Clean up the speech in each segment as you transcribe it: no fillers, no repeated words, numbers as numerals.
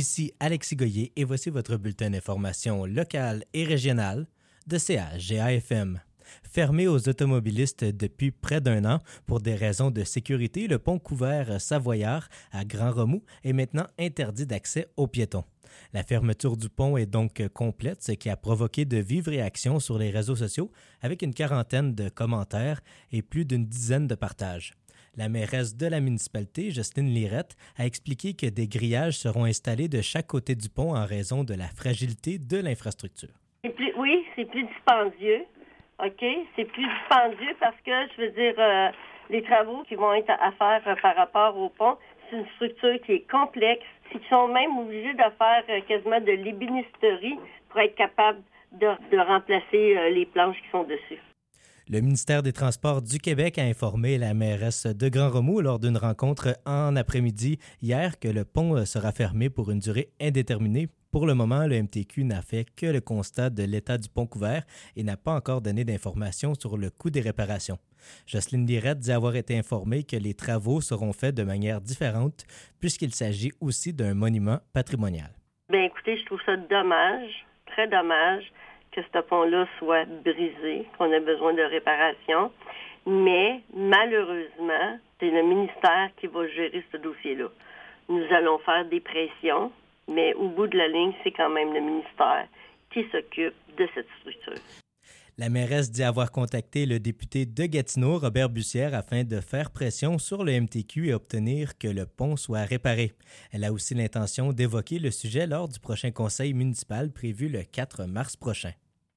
Ici Alexis Goyer et voici votre bulletin d'information locale et régionale de CHGA-FM. Fermé aux automobilistes depuis près d'1 an pour des raisons de sécurité, le pont couvert Savoyard à Grand-Remous est maintenant interdit d'accès aux piétons. La fermeture du pont est donc complète, ce qui a provoqué de vives réactions sur les réseaux sociaux avec une quarantaine de commentaires et plus d'une dizaine de partages. La mairesse de la municipalité, Jocelyne Lirette, a expliqué que des grillages seront installés de chaque côté du pont en raison de la fragilité de l'infrastructure. Oui, c'est plus dispendieux. OK? C'est plus dispendieux parce que, je veux dire, les travaux qui vont être à faire par rapport au pont, c'est une structure qui est complexe. Ils sont même obligés de faire quasiment de l'ébénisterie pour être capables de remplacer les planches qui sont dessus. Le ministère des Transports du Québec a informé la mairesse de Grand-Remous lors d'une rencontre en après-midi hier que le pont sera fermé pour une durée indéterminée. Pour le moment, le MTQ n'a fait que le constat de l'état du pont couvert et n'a pas encore donné d'informations sur le coût des réparations. Jocelyne Lirette dit avoir été informée que les travaux seront faits de manière différente puisqu'il s'agit aussi d'un monument patrimonial. Bien, écoutez, je trouve ça dommage, très dommage, que ce pont-là soit brisé, qu'on ait besoin de réparation. Mais, malheureusement, c'est le ministère qui va gérer ce dossier-là. Nous allons faire des pressions, mais au bout de la ligne, c'est quand même le ministère qui s'occupe de cette structure. La mairesse dit avoir contacté le député de Gatineau, Robert Bussière, afin de faire pression sur le MTQ et obtenir que le pont soit réparé. Elle a aussi l'intention d'évoquer le sujet lors du prochain conseil municipal prévu le 4 mars prochain.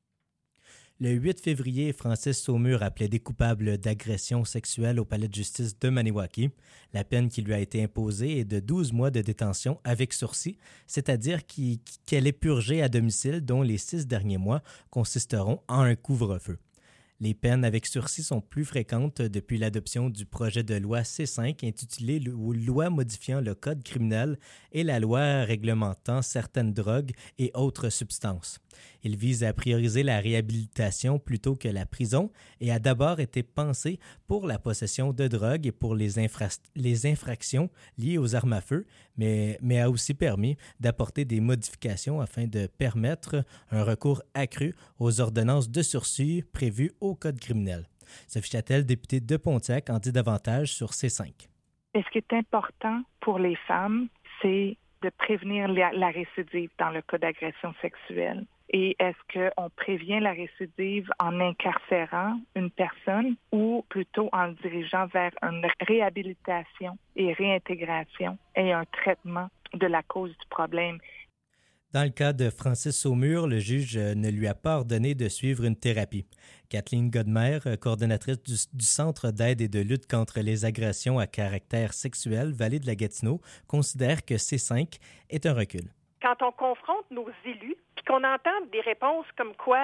Le 8 février, Francis Saumur a plaidé coupable d'agression sexuelle au palais de justice de Maniwaki. La peine qui lui a été imposée est de 12 mois de détention avec sursis, c'est-à-dire qu'elle est purgée à domicile, dont les 6 derniers mois consisteront en un couvre-feu. Les peines avec sursis sont plus fréquentes depuis l'adoption du projet de loi C5 intitulé « Loi modifiant le code criminel et la loi réglementant certaines drogues et autres substances ». Il vise à prioriser la réhabilitation plutôt que la prison et a d'abord été pensé pour la possession de drogue et pour les infractions liées aux armes à feu, mais a aussi permis d'apporter des modifications afin de permettre un recours accru aux ordonnances de sursis prévues au Code criminel. Sophie Châtel, députée de Pontiac, en dit davantage sur C5. Et ce qui est important pour les femmes, c'est de prévenir la récidive dans le cas d'agression sexuelle. Et est-ce qu'on prévient la récidive en incarcérant une personne ou plutôt en le dirigeant vers une réhabilitation et réintégration et un traitement de la cause du problème? Dans le cas de Francis Saumur, le juge ne lui a pas ordonné de suivre une thérapie. Kathleen Godmer, coordonnatrice du Centre d'aide et de lutte contre les agressions à caractère sexuel Vallée de la Gatineau, considère que C5 est un recul. Quand on confronte nos élus, puis qu'on entend des réponses comme quoi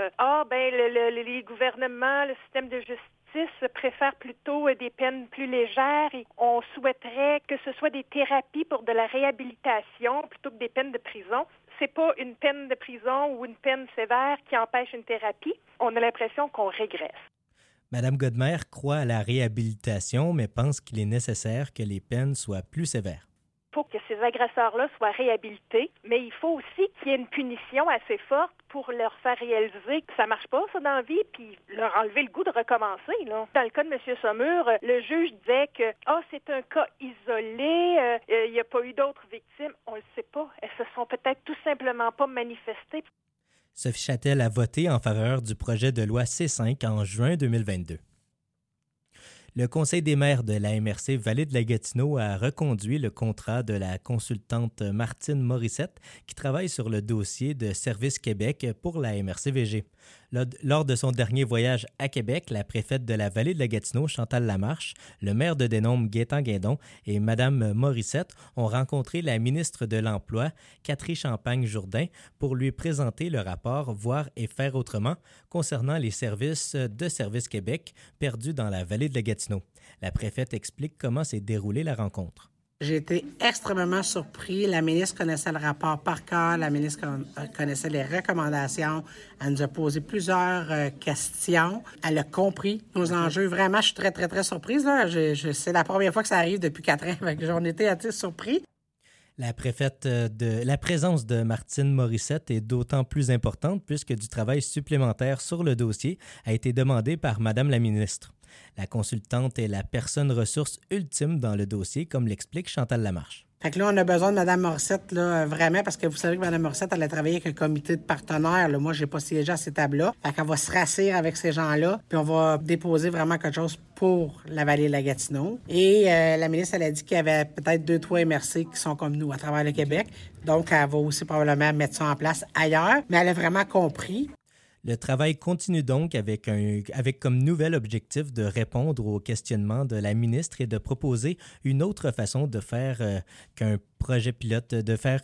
les gouvernements, le système de justice préfèrent plutôt des peines plus légères et on souhaiterait que ce soit des thérapies pour de la réhabilitation plutôt que des peines de prison. C'est pas une peine de prison ou une peine sévère qui empêche une thérapie. On a l'impression qu'on régresse. Mme Godmer croit à la réhabilitation, mais pense qu'il est nécessaire que les peines soient plus sévères. Il faut que ces agresseurs-là soient réhabilités, mais il faut aussi qu'il y ait une punition assez forte pour leur faire réaliser que ça marche pas, ça, dans la vie, puis leur enlever le goût de recommencer, là. Dans le cas de M. Saumur, le juge disait que c'est un cas isolé, il n'y a pas eu d'autres victimes. On le sait pas. Elles se sont peut-être tout simplement pas manifestées. Sophie Châtel a voté en faveur du projet de loi C5 en juin 2022. Le Conseil des maires de la MRC Vallée de la Gatineau a reconduit le contrat de la consultante Martine Morissette qui travaille sur le dossier de Service Québec pour la MRC-VG. Lors de son dernier voyage à Québec, la préfète de la Vallée de la Gatineau, Chantal Lamarche, le maire de Denôme, Gaétan Guindon, et Mme Morissette ont rencontré la ministre de l'Emploi, Catherine Champagne-Jourdain, pour lui présenter le rapport « Voir et faire autrement » concernant les services de Service Québec perdus dans la Vallée de la Gatineau. La préfète explique comment s'est déroulée la rencontre. J'ai été extrêmement surpris. La ministre connaissait le rapport par cœur. La ministre connaissait les recommandations. Elle nous a posé plusieurs questions. Elle a compris nos enjeux. Vraiment, je suis très, très, très surprise. Là. C'est la première fois que ça arrive depuis 4 ans. J'en étais assez surpris. La présence de Martine Morissette est d'autant plus importante puisque du travail supplémentaire sur le dossier a été demandé par Madame la ministre. La consultante est la personne ressource ultime dans le dossier, comme l'explique Chantal Lamarche. Fait que là, on a besoin de Mme Morissette, là, vraiment, parce que vous savez que Mme Morissette, elle a travaillé avec un comité de partenaires. Là. Moi, j'ai pas siégé à ces tables-là. Fait qu'elle va se rasseoir avec ces gens-là, puis on va déposer vraiment quelque chose pour la vallée de la Gatineau. Et la ministre, elle a dit qu'il y avait peut-être 2-3 MRC qui sont comme nous à travers le Québec. Donc, elle va aussi probablement mettre ça en place ailleurs. Mais elle a vraiment compris. Le travail continue donc avec comme nouvel objectif de répondre aux questionnements de la ministre et de proposer une autre façon de faire qu'un projet pilote.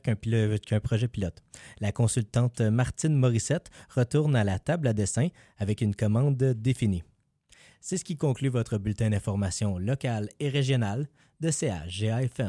La consultante Martine Morissette retourne à la table à dessin avec une commande définie. C'est ce qui conclut votre bulletin d'information locale et régionale de CHGA-FM.